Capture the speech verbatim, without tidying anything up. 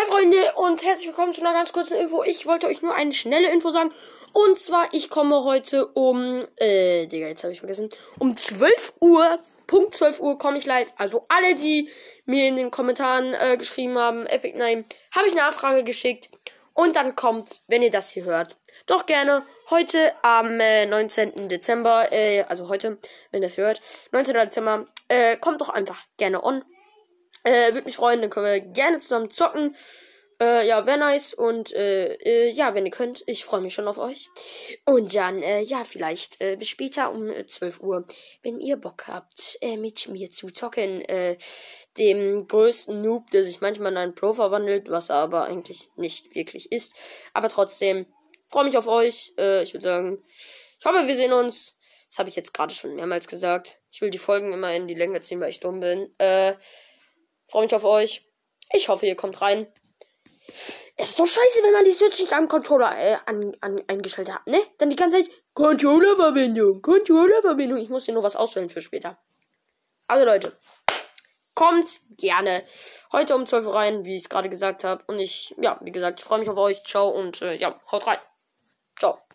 Hi Freunde und herzlich willkommen zu einer ganz kurzen Info. Ich wollte euch nur eine schnelle Info sagen. Und zwar, ich komme heute um, äh, Digga, jetzt habe ich vergessen. Um zwölf Uhr, Punkt zwölf Uhr komme ich live. Also alle, die mir in den Kommentaren äh, geschrieben haben, Epic Name, habe ich eine Anfrage geschickt. Und dann kommt, wenn ihr das hier hört, doch gerne heute am äh, neunzehnten Dezember, äh, also heute, wenn ihr das hört, neunzehnten Dezember, äh, kommt doch einfach gerne on. Äh, würde mich freuen, dann können wir gerne zusammen zocken. Äh, ja, wäre nice. Und äh, äh, ja, wenn ihr könnt, ich freue mich schon auf euch. Und dann, äh, ja, vielleicht äh, bis später um äh, zwölf Uhr, wenn ihr Bock habt, äh, mit mir zu zocken. Äh, dem größten Noob, der sich manchmal in einen Pro verwandelt, was er aber eigentlich nicht wirklich ist. Aber trotzdem, freue mich auf euch. Äh, ich würde sagen, ich hoffe, wir sehen uns. Das habe ich jetzt gerade schon mehrmals gesagt. Ich will die Folgen immer in die Länge ziehen, weil ich dumm bin. Äh, freue mich auf euch. Ich hoffe, ihr kommt rein. Es ist so scheiße, wenn man die Switch nicht am Controller äh, an, an, eingeschaltet hat, ne? Dann die ganze Zeit Controllerverbindung, Controllerverbindung. Ich muss hier nur was auswählen für später. Also Leute, kommt gerne heute um zwölf Uhr rein, wie ich es gerade gesagt habe. Und ich, ja, wie gesagt, ich freue mich auf euch. Ciao und äh, ja, haut rein. Ciao.